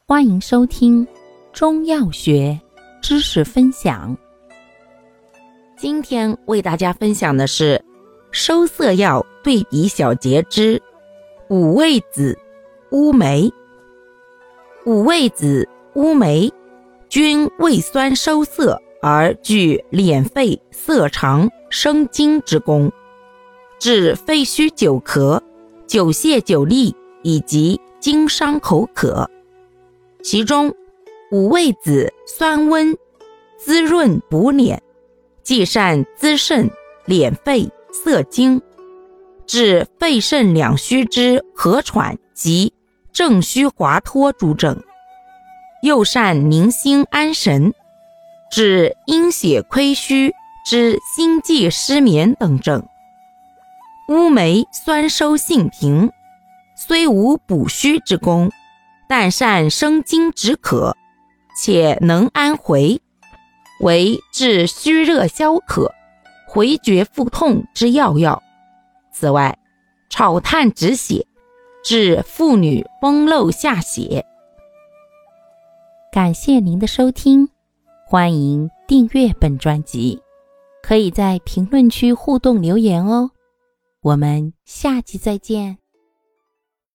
欢迎收听中药学知识分享。今天为大家分享的是收涩药对比小节之五味子、乌梅。五味子、乌梅均味酸收涩，而具敛肺、涩肠、生津之功，治肺虚久咳、久泻久痢以及经伤口渴。其中五味子酸温，滋润补敛，既善滋肾、敛肺、涩精，治肺肾两虚之咳喘及正虚滑脱诸症，又善宁心安神，治阴血亏虚之心悸失眠等症。乌梅酸收性平，虽无补虚之功，但善生津止渴，且能安回，为治虚热消渴、回厥腹痛之要药。此外，炒炭止血，治妇女崩漏下血。感谢您的收听，欢迎订阅本专辑，可以在评论区互动留言哦。我们下期再见。